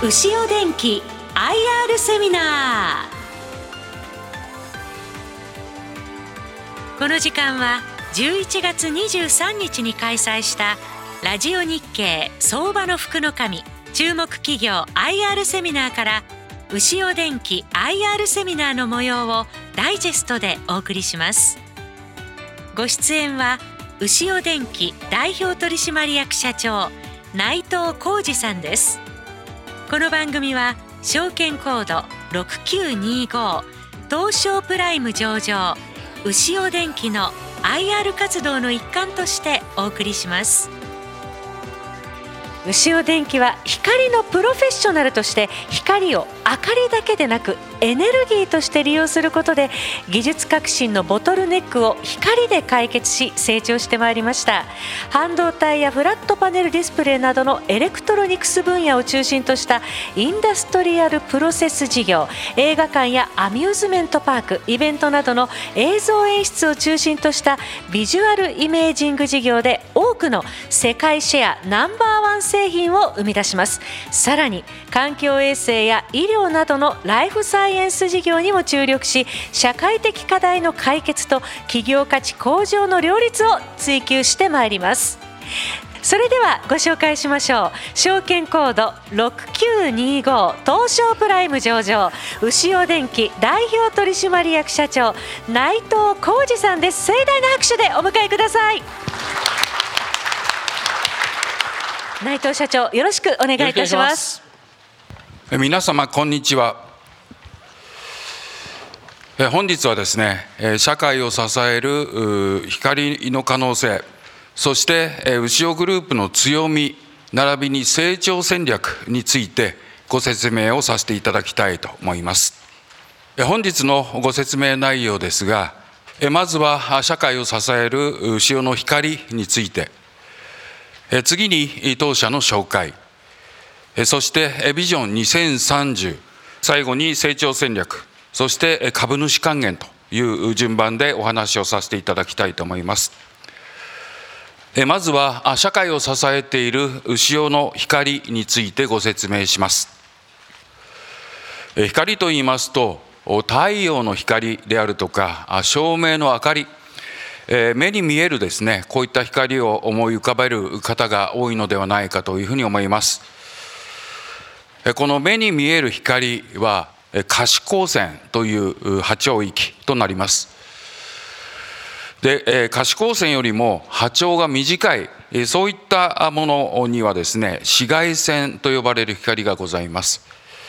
牛尾電機 IR セミナー。この時間は11月23日に開催したラジオ日経相場の福の神注目企業 IR セミナーから牛尾電機 IR セミナーの模様をダイジェストでお送りします。ご出演は牛尾電機代表取締役社長内藤浩二さんです。この番組は証券コード6925東証プライム上場牛尾電機の IR 活動の一環としてお送りします。牛尾電機は光のプロフェッショナルとして光を明かりだけでなくエネルギーとして利用することで技術革新のボトルネックを光で解決し成長してまいりました。半導体やフラットパネルディスプレイなどのエレクトロニクス分野を中心としたインダストリアルプロセス事業、映画館やアミューズメントパーク、イベントなどの映像演出を中心としたビジュアルイメージング事業で多くの世界シェアナンバーワン製品を生み出します。さらに環境衛生や医療などのライフサイエンス事業にも注力し、社会的課題の解決と企業価値向上の両立を追求してまいります。それではご紹介しましょう。証券コード6925東証プライム上場牛尾電機代表取締役社長内藤浩二さんです。盛大な拍手でお迎えください。内藤社長、よろしくお願いいたします。 皆様こんにちは。本日はですね、社会を支える光の可能性、そして牛尾グループの強み並びに成長戦略についてご説明をさせていただきたいと思います。本日のご説明内容ですが、まずは社会を支える牛尾の光について、次に当社の紹介、そしてビジョン2030、最後に成長戦略、そして株主還元という順番でお話をさせていただきたいと思います。まずは社会を支えている牛尾の光についてご説明します。光と言いますと、太陽の光であるとか照明の明かり、目に見えるですね、こういった光を思い浮かべる方が多いのではないかというふうに思います。この目に見える光は可視光線という波長域となります。で、可視光線よりも波長が短い、そういったものにはですね、紫外線と呼ばれる光がございます。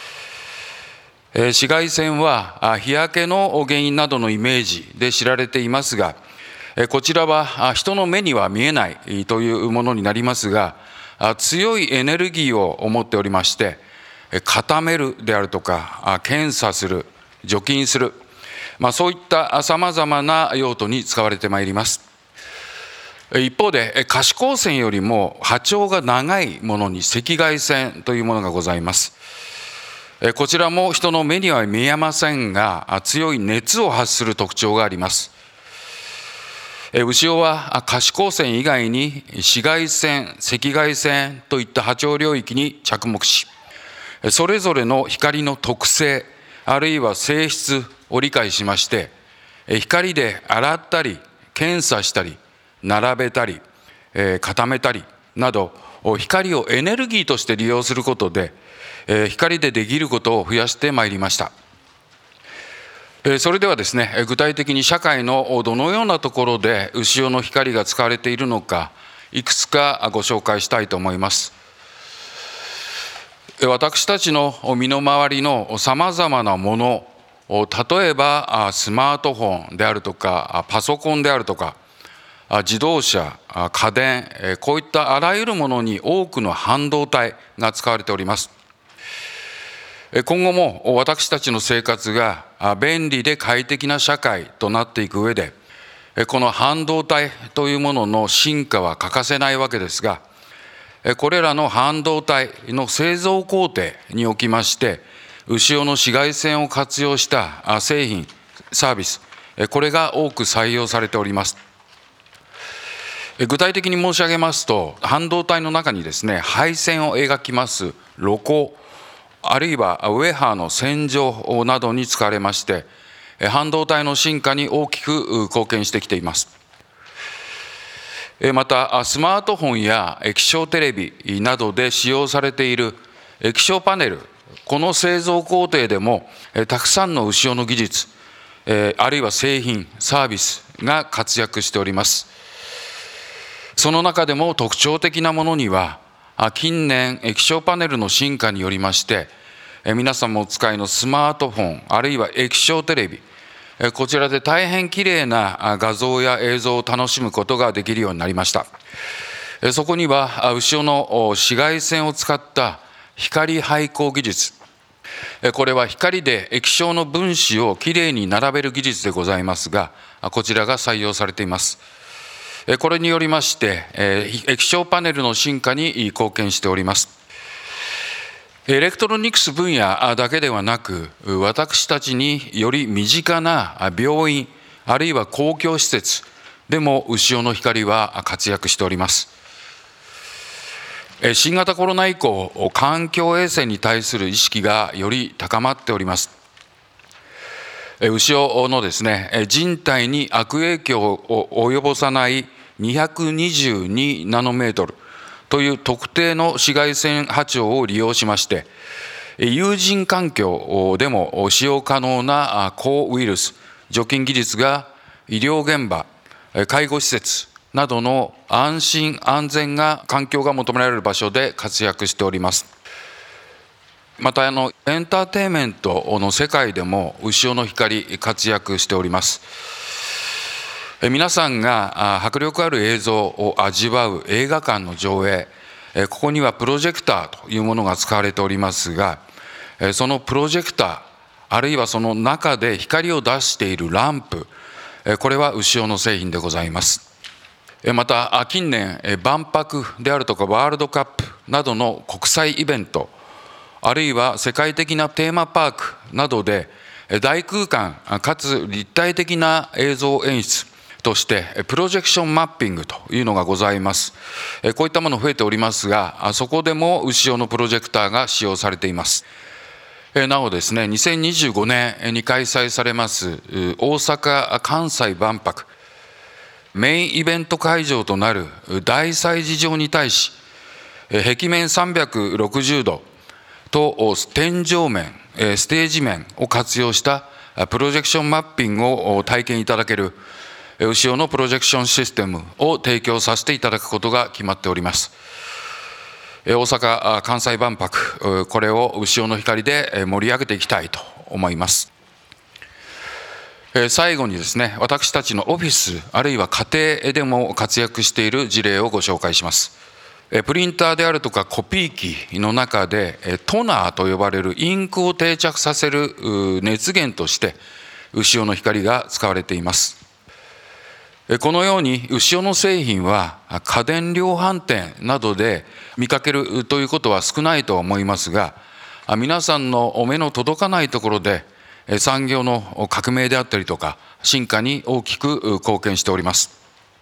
紫外線は日焼けの原因などのイメージで知られていますが、こちらは人の目には見えないというものになりますが、強いエネルギーを持っておりまして、固めるであるとか検査する、除菌する、そういったさまざまな用途に使われてまいります。一方で可視光線よりも波長が長いものに赤外線というものがございます。こちらも人の目には見えませんが、強い熱を発する特徴があります。牛尾は可視光線以外に紫外線、赤外線といった波長領域に着目し、それぞれの光の特性あるいは性質を理解しまして、光で洗ったり検査したり並べたり固めたりなど、光をエネルギーとして利用することで光でできることを増やしてまいりました。それではですね、具体的に社会のどのようなところで牛尾の光が使われているのか、いくつかご紹介したいと思います。私たちの身の回りのさまざまなもの、例えばスマートフォンであるとかパソコンであるとか自動車、家電、こういったあらゆるものに多くの半導体が使われております。今後も私たちの生活が便利で快適な社会となっていく上で、この半導体というものの進化は欠かせないわけですが、これらの半導体の製造工程におきまして、牛尾の紫外線を活用した製品、サービス、これが多く採用されております。具体的に申し上げますと、半導体の中にですね、配線を描きます露光、 あるいはウェハーの洗浄などに使われまして、半導体の進化に大きく貢献してきています。また、スマートフォンや液晶テレビなどで使用されている液晶パネル、この製造工程でも、たくさんの牛尾の技術、あるいは製品、サービスが活躍しております。その中でも特徴的なものには、近年、液晶パネルの進化によりまして、皆さんもお使いのスマートフォン、あるいは液晶テレビ、こちらで大変きれいな画像や映像を楽しむことができるようになりました。そこには、牛尾の紫外線を使った光配光技術、これは光で液晶の分子をきれいに並べる技術でございますが、こちらが採用されています。これによりまして、液晶パネルの進化に貢献しております。エレクトロニクス分野だけではなく、私たちにより身近な病院、あるいは公共施設でも牛尾の光は活躍しております。新型コロナ以降、環境衛生に対する意識がより高まっております。牛尾のですね、人体に悪影響を及ぼさない222ナノメートルという特定の紫外線波長を利用しまして、有人環境でも使用可能な抗ウイルス除菌技術が医療現場、介護施設などの安心安全な環境が求められる場所で活躍しております。またエンターテインメントの世界でも牛尾の光活躍しております。皆さんが迫力ある映像を味わう映画館の上映、ここにはプロジェクターというものが使われておりますが、そのプロジェクター、あるいはその中で光を出しているランプ、これは牛尾の製品でございます。また近年、万博であるとかワールドカップなどの国際イベント、あるいは世界的なテーマパークなどで大空間かつ立体的な映像演出としてプロジェクションマッピングというのがございます。こういったもの増えておりますが、そこでも牛尾のプロジェクターが使用されています。なおですね、2025年に開催されます大阪・関西万博、メインイベント会場となる大祭事場に対し、壁面360度と天井面、ステージ面を活用したプロジェクションマッピングを体験いただける牛尾のプロジェクションシステムを提供させていただくことが決まっております。大阪・関西万博、これを牛尾の光で盛り上げていきたいと思います。最後にですね、私たちのオフィスあるいは家庭でも活躍している事例をご紹介します。プリンターであるとかコピー機の中でトナーと呼ばれるインクを定着させる熱源として牛尾の光が使われています。このように牛尾の製品は家電量販店などで見かけるということは少ないと思いますが、皆さんの目の届かないところで産業の革命であったりとか進化に大きく貢献しております。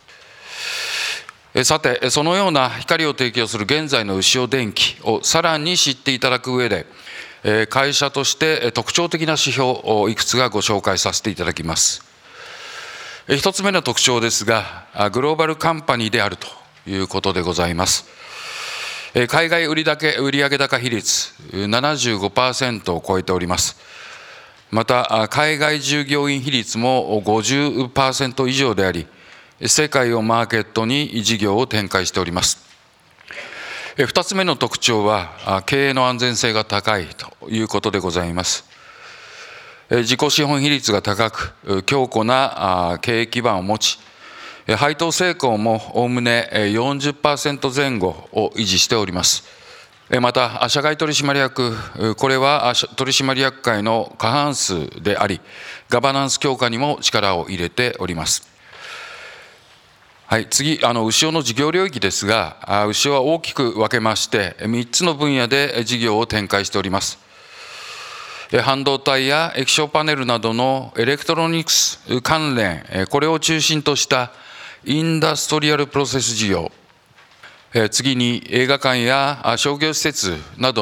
さて、そのような光を提供する現在の牛尾電機をさらに知っていただく上で、会社として特徴的な指標をいくつかご紹介させていただきます。一つ目の特徴ですが、グローバルカンパニーであるということでございます。海外売上高比率 75% を超えております。また海外従業員比率も 50% 以上であり、世界をマーケットに事業を展開しております。2つ目の特徴は経営の安全性が高いということでございます。自己資本比率が高く強固な経営基盤を持ち、配当成功もおおむね 40% 前後を維持しております。また社外取締役、これは取締役会の過半数であり、ガバナンス強化にも力を入れております。はい、次、牛尾の事業領域ですが、牛尾は大きく分けまして3つの分野で事業を展開しております。半導体や液晶パネルなどのエレクトロニクス関連、これを中心としたインダストリアルプロセス事業、次に映画館や商業施設などの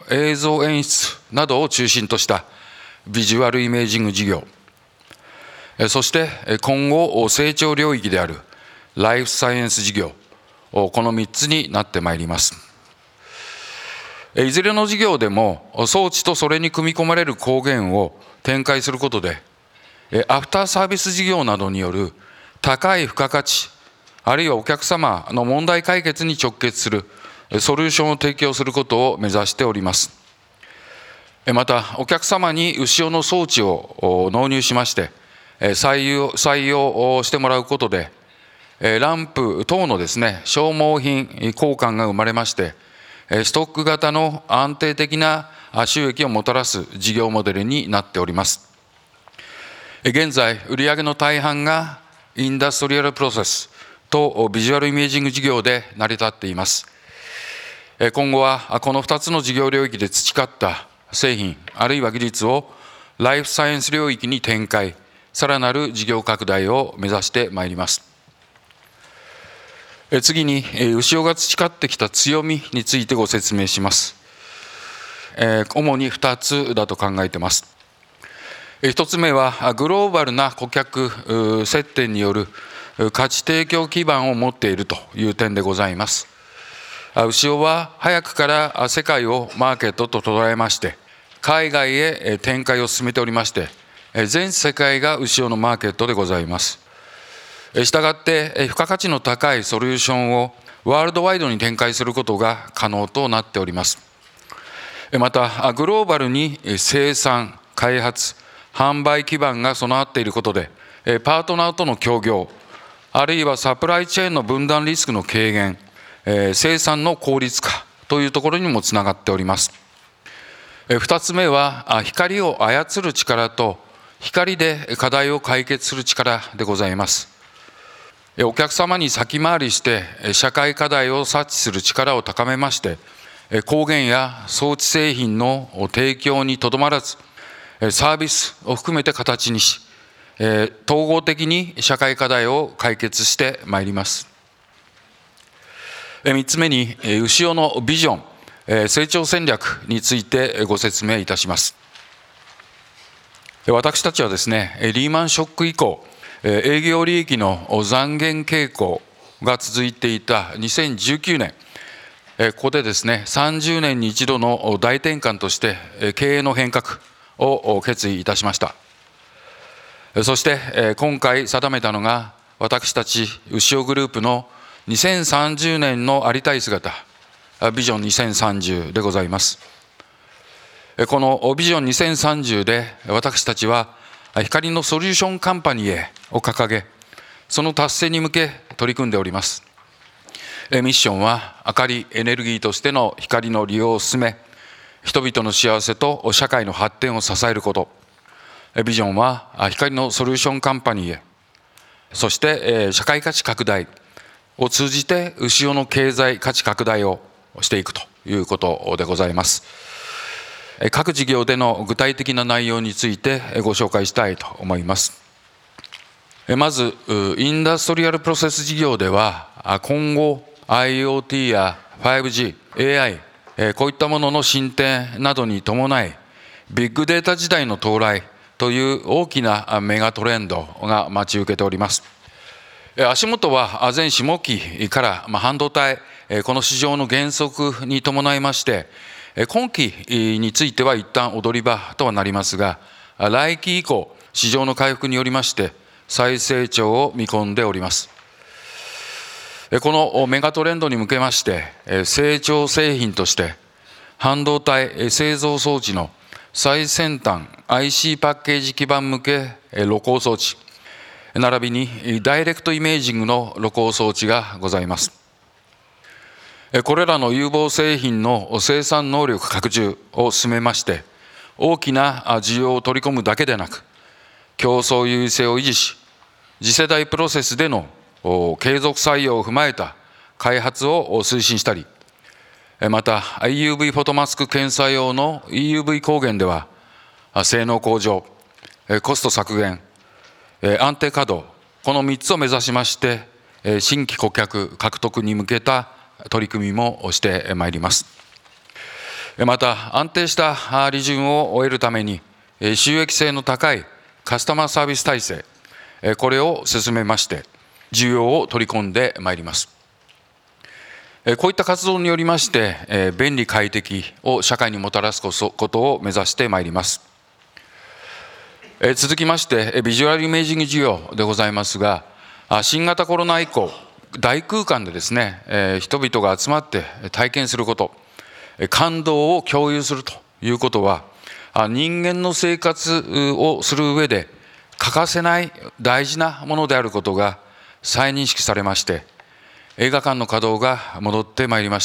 映像演出などを中心としたビジュアルイメージング事業、そして今後成長領域であるライフサイエンス事業、この3つになってまいります。いずれの事業でも装置とそれに組み込まれる光源を展開することで、アフターサービス事業などによる高い付加価値、あるいはお客様の問題解決に直結するソリューションを提供することを目指しております。また、お客様に潮の装置を納入しまして、採用してもらうことで、ランプ等のですね、消耗品交換が生まれまして、ストック型の安定的な収益をもたらす事業モデルになっております。現在、売上の大半がインダストリアルプロセスとビジュアルイメージング事業で成り立っています。今後はこの2つの事業領域で培った製品、あるいは技術をライフサイエンス領域に展開、さらなる事業拡大を目指してまいります。次に、潮が培ってきた強みについてご説明します。主に2つだと考えています。1つ目は、グローバルな顧客接点による価値提供基盤を持っているという点でございます。潮は早くから世界をマーケットと捉えまして、海外へ展開を進めておりまして、全世界が潮のマーケットでございます。したがって、付加価値の高いソリューションをワールドワイドに展開することが可能となっております。また、グローバルに生産、開発、販売基盤が備わっていることで、パートナーとの協業、あるいはサプライチェーンの分断リスクの軽減、生産の効率化というところにもつながっております。2つ目は、光を操る力と光で課題を解決する力でございます。お客様に先回りして社会課題を察知する力を高めまして、光源や装置製品の提供にとどまらず、サービスを含めて形にし、統合的に社会課題を解決してまいります。3つ目に、潮のビジョン、成長戦略についてご説明いたします。私たちはですね、リーマンショック以降、営業利益の残減傾向が続いていた2019年、ここでですね、30年に一度の大転換として経営の変革を決意いたしました。そして今回定めたのが、私たち潮グループの2030年のありたい姿、ビジョン2030でございます。このビジョン2030で私たちは光のソリューションカンパニーへを掲げ、その達成に向け取り組んでおります。ミッションは、明かりエネルギーとしての光の利用を進め、人々の幸せと社会の発展を支えること。ビジョンは、光のソリューションカンパニーへ、そして社会価値拡大を通じて潮の経済価値拡大をしていくということでございます。各事業での具体的な内容についてご紹介したいと思います。まず、インダストリアルプロセス事業では、今後 IoT や 5G、AI、こういったものの進展などに伴い、ビッグデータ時代の到来という大きなメガトレンドが待ち受けております。足元は前下期から半導体、この市場の減速に伴いまして、今期については一旦踊り場とはなりますが、来期以降、市場の回復によりまして、再成長を見込んでおります。このメガトレンドに向けまして、成長製品として、半導体製造装置の最先端 IC パッケージ基板向け露光装置、並びにダイレクトイメージングの露光装置がございます。これらの有望製品の生産能力拡充を進めまして、大きな需要を取り込むだけでなく、競争優位性を維持し、次世代プロセスでの継続採用を踏まえた開発を推進したり、また EUV フォトマスク検査用の EUV 光源では、性能向上、コスト削減、安定稼働、この3つを目指しまして、新規顧客獲得に向けた取り組みもしてまいります。 また安定した利潤を得るために収益性の高いカスタマーサービス体制、これを進めまして需要を取り込んでまいります。こういった活動によりまして便利快適を社会にもたらすことを目指してまいります。続きましてビジュアルイメージング事業でございますが、新型コロナ以降大空間でですね、人々が集まって体験すること、感動を共有するということは人間の生活をする上で欠かせない大事なものであることが再認識されまして、映画館の稼働が戻ってまいりました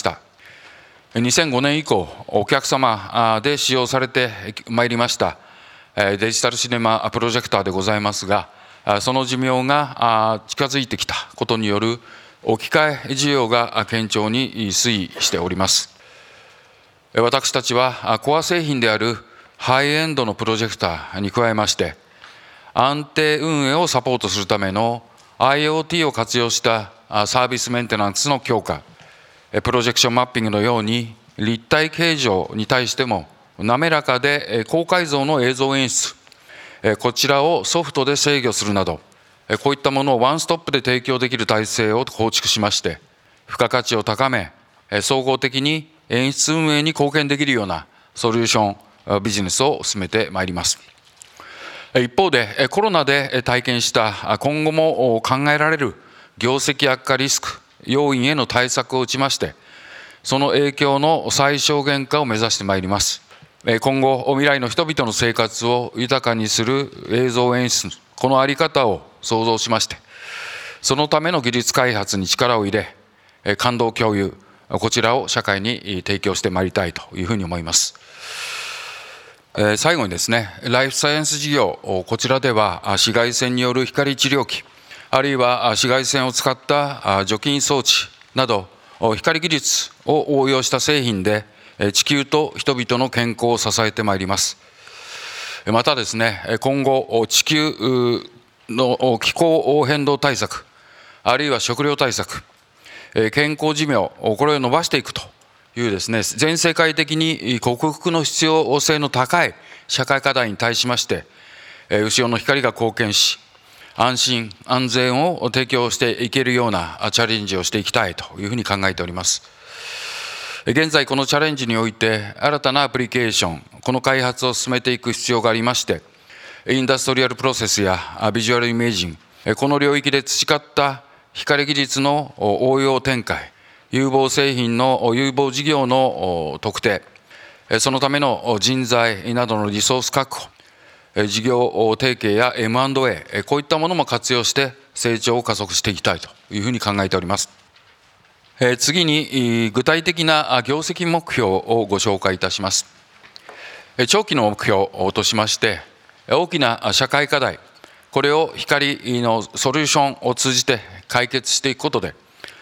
。2005年以降お客様で使用されてまいりましたデジタルシネマプロジェクターでございますが、その寿命が近づいてきたことによる置き換え需要が堅調に推移しております。私たちはコア製品であるハイエンドのプロジェクターに加えまして安定運営をサポートするための IoT を活用したサービスメンテナンスの強化、プロジェクションマッピングのように立体形状に対しても滑らかで高解像の映像演出、こちらをソフトで制御するなど、こういったものをワンストップで提供できる体制を構築しまして付加価値を高め総合的に演出運営に貢献できるようなソリューションビジネスを進めてまいります。一方でコロナで体験した今後も考えられる業績悪化リスク要因への対策を打ちましてその影響の最小限化を目指してまいります。今後未来の人々の生活を豊かにする映像演出、この在り方を創造しましてそのための技術開発に力を入れ感動共有、こちらを社会に提供してまいりたいというふうに思います。最後にですね、ライフサイエンス事業、こちらでは紫外線による光治療器、あるいは紫外線を使った除菌装置など光技術を応用した製品で地球と人々の健康を支えてまいります。またですね、今後地球の気候変動対策、あるいは食料対策、健康寿命、これを伸ばしていくというですね、全世界的に克服の必要性の高い社会課題に対しまして後ろの光が貢献し安心安全を提供していけるようなチャレンジをしていきたいというふうに考えております。現在このチャレンジにおいて新たなアプリケーション、この開発を進めていく必要がありましてインダストリアルプロセスやビジュアルイメージング、この領域で培った光技術の応用展開、有望製品の有望事業の特定、そのための人材などのリソース確保、事業提携や M&A、こういったものも活用して成長を加速していきたいというふうに考えております。次に具体的な業績目標をご紹介いたします。長期の目標としまして大きな社会課題、これを光のソリューションを通じて解決していくことで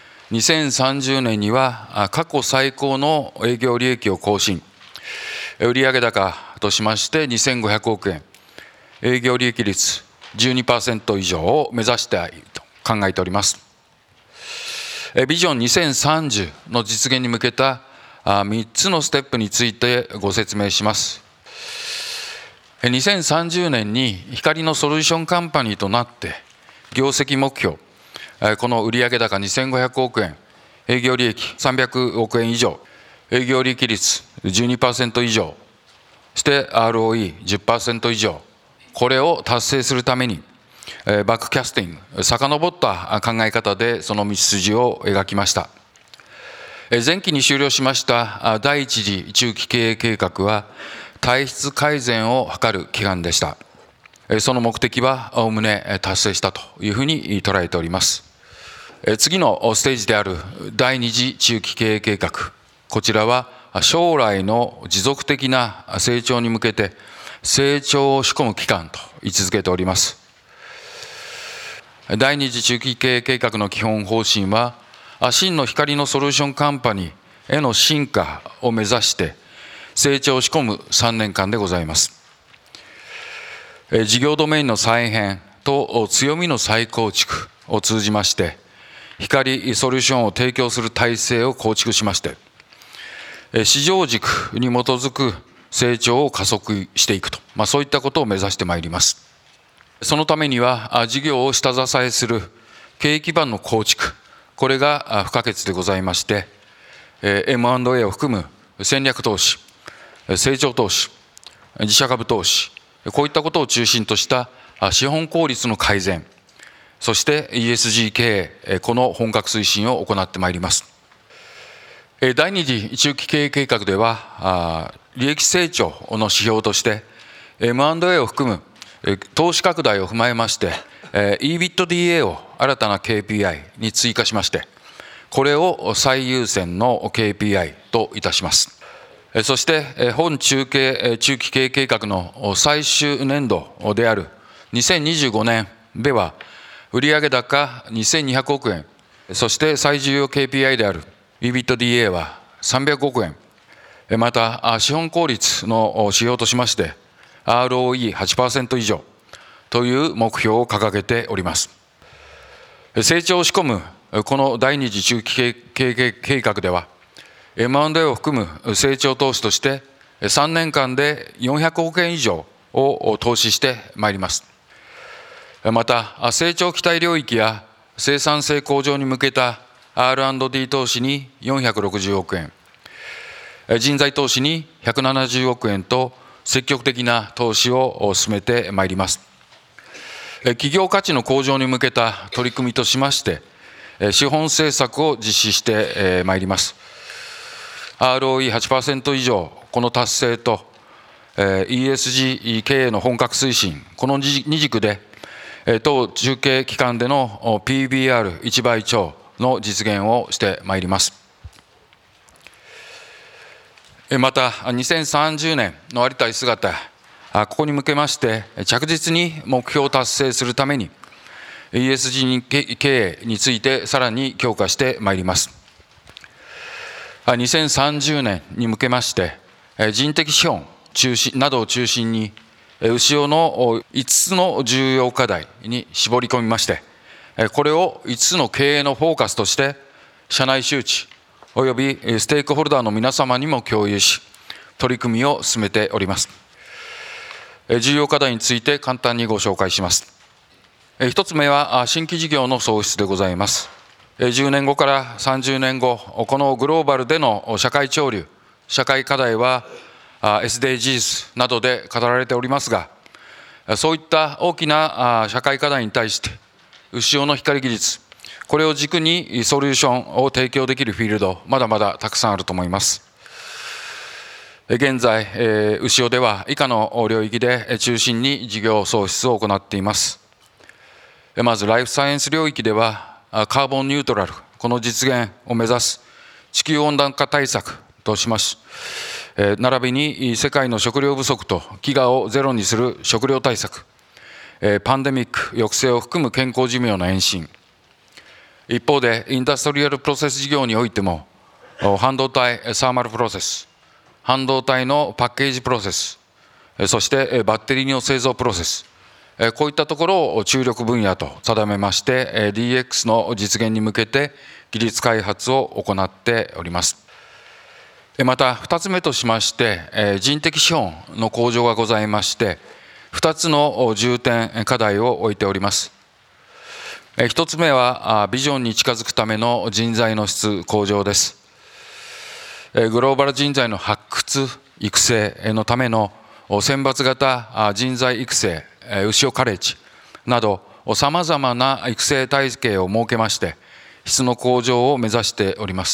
2030年には過去最高の営業利益を更新、売上高としまして2500億円、営業利益率 12% 以上を目指したいと考えております。ビジョン2030の実現に向けた3つのステップについてご説明します。2030年に光のソリューションカンパニーとなって業績目標、この売上高2500億円、営業利益300億円以上、営業利益率 12% 以上、そして ROE10% 以上、これを達成するためにバックキャスティング、遡った考え方でその道筋を描きました。前期に終了しました第一次中期経営計画は体質改善を図る期間でした。その目的はおおむね達成したというふうに捉えております。次のステージである第二次中期経営計画、こちらは将来の持続的な成長に向けて成長を仕込む期間と位置づけております。第二次中期経営計画の基本方針は真の光のソリューションカンパニーへの進化を目指して成長を仕込む3年間でございます。事業ドメインの再編と強みの再構築を通じまして光ソリューションを提供する体制を構築しまして市場軸に基づく成長を加速していくと、そういったことを目指してまいります。そのためには、事業を下支えする経営基盤の構築、これが不可欠でございまして、M&A を含む戦略投資、成長投資、自社株投資、こういったことを中心とした資本効率の改善、そして ESG 経営、この本格推進を行ってまいります。第二次中期経営計画では、利益成長の指標として M&A を含む投資拡大を踏まえまして、EBITDA を新たな KPI に追加しまして、これを最優先の KPI といたします。そして本中期経営計画の最終年度である2025年では、売上高2200億円、そして最重要 KPI である EBITDA は300億円、また資本効率の指標としまして ROE8% 以上という目標を掲げております。成長を仕込むこの第二次中期経営計画では、M&A を含む成長投資として3年間で400億円以上を投資してまいります。また成長期待領域や生産性向上に向けた R&D 投資に460億円、人材投資に170億円と積極的な投資を進めてまいります。企業価値の向上に向けた取り組みとしまして、資本政策を実施してまいります。ROE8% 以上、この達成と ESG 経営の本格推進、この2軸で当中継期間での PBR1 倍超の実現をしてまいります。また2030年のありたい姿、ここに向けまして着実に目標を達成するために ESG 経営についてさらに強化してまいります。2030年に向けまして人的資本などを中心に潮の5つの重要課題に絞り込みまして、これを5つの経営のフォーカスとして社内周知およびステークホルダーの皆様にも共有し、取り組みを進めております。重要課題について簡単にご紹介します。1つ目は新規事業の創出でございます。10年後から30年後、このグローバルでの社会潮流、社会課題はSDGs などで語られておりますが、そういった大きな社会課題に対して潮の光技術、これを軸にソリューションを提供できるフィールド、まだまだたくさんあると思います。現在潮では以下の領域で中心に事業創出を行っています。まずライフサイエンス領域ではカーボンニュートラル、この実現を目指す地球温暖化対策としまし、並びに世界の食料不足と飢餓をゼロにする食料対策、パンデミック抑制を含む健康寿命の延伸、一方でインダストリアルプロセス事業においても半導体サーマルプロセス、半導体のパッケージプロセス、そしてバッテリーの製造プロセス、こういったところを注力分野と定めまして DX の実現に向けて技術開発を行っております。また2つ目としまして人的資本の向上がございまして、2つの重点課題を置いております。1つ目はビジョンに近づくための人材の質向上です。グローバル人材の発掘育成のための選抜型人材育成潮カレッジなどさまざまな育成体系を設けまして質の向上を目指しております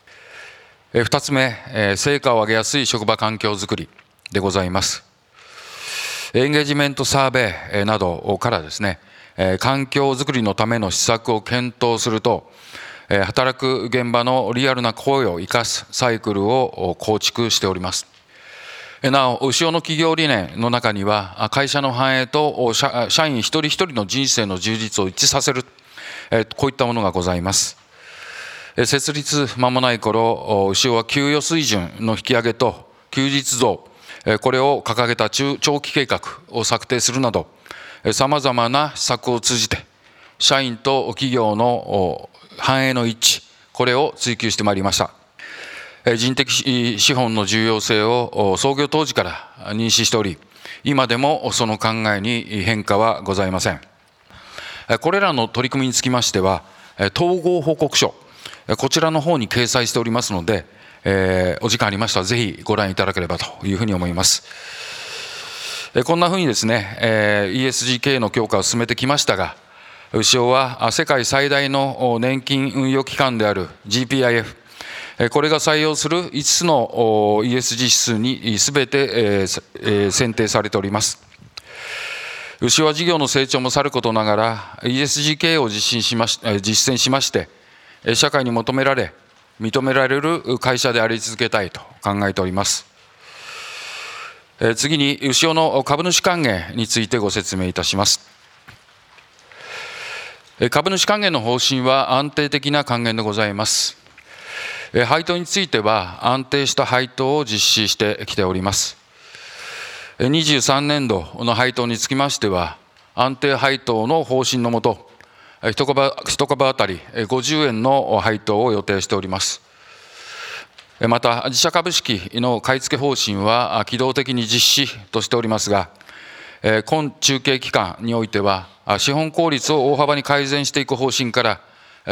。2つ目、成果を上げやすい職場環境づくりでございます。エンゲージメントサーベイなどからですね、環境づくりのための施策を検討すると、働く現場のリアルな声を生かすサイクルを構築しております。なお、潮の企業理念の中には、会社の繁栄と社員一人一人の人生の充実を一致させる、こういったものがございます。設立間もない頃、潮は給与水準の引き上げと休日増、これを掲げた長期計画を策定するなど、さまざまな施策を通じて、社員と企業の繁栄の一致、これを追求してまいりました。 人的資本の重要性を創業当時から認識しており、今でもその考えに変化はございません。これらの取り組みにつきましては、統合報告書、こちらの方に掲載しておりますので、お時間ありましたらぜひご覧いただければというふうに思います。こんなふうにですね、ESG 経営の強化を進めてきましたが、潮は世界最大の年金運用機関である GPIF、これが採用する5つの ESG 指数にすべて選定されております。潮は事業の成長もさることながら ESG 経営を実践しまして、社会に求められ認められる会社であり続けたいと考えております。次に潮の株主還元についてご説明いたします。株主還元の方針は安定的な還元でございます。配当については安定した配当を実施してきております。23年度の配当につきましては、安定配当の方針のもと、1株当たり50円の配当を予定しております。また、自社株式の買い付け方針は機動的に実施としておりますが、今中継期間においては、資本効率を大幅に改善していく方針から、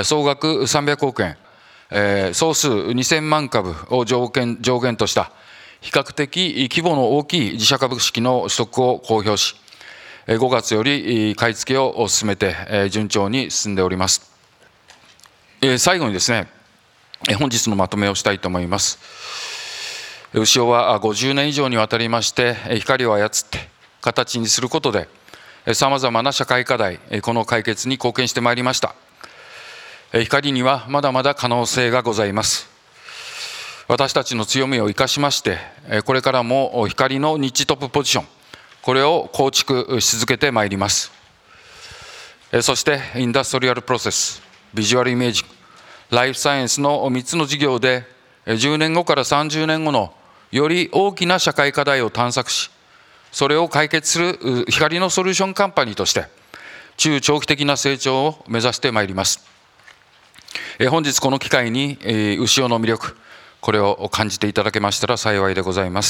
総額300億円、総数2000万株を上限とした比較的規模の大きい自社株式の取得を公表し、5月より買い付けを進めて順調に進んでおります。最後にですね、本日のまとめをしたいと思います。潮は50年以上にわたりまして光を操って形にすることでさまざまな社会課題、この解決に貢献してまいりました。光にはまだまだ可能性がございます。私たちの強みを生かしまして、これからも光のニッチトップポジション、これを構築し続けてまいります。そしてインダストリアルプロセス、ビジュアルイメージング、ライフサイエンスの3つの事業で10年後から30年後のより大きな社会課題を探索し、それを解決する光のソリューションカンパニーとして中長期的な成長を目指してまいります。本日この機会に潮の魅力、これを感じていただけましたら幸いでございます。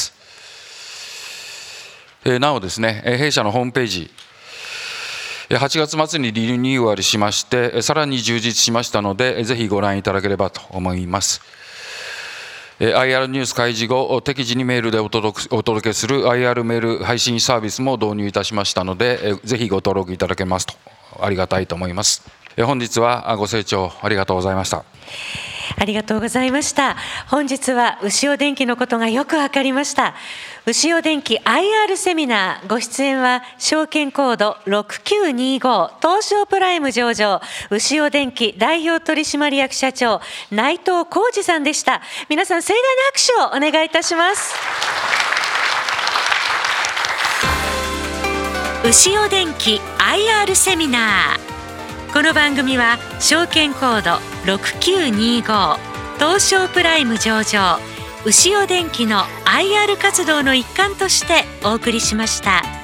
なおですね、弊社のホームページ、8月末にリニューアルしまして、さらに充実しましたので、ぜひご覧いただければと思います。IR ニュース開示後、適時にメールでお届けする IR メール配信サービスも導入いたしましたので、ぜひご登録いただけますとありがたいと思います。本日はご清聴ありがとうございました。 ありがとうございました。本日は潮電機のことがよくわかりました。潮電機 IR セミナー、ご出演は証券コード6925東証プライム上場潮電機代表取締役社長内藤浩二さんでした。皆さん盛大な拍手をお願いいたします。潮電機 IR セミナー、この番組は証券コード6925東証プライム上場潮電機の IR 活動の一環としてお送りしました。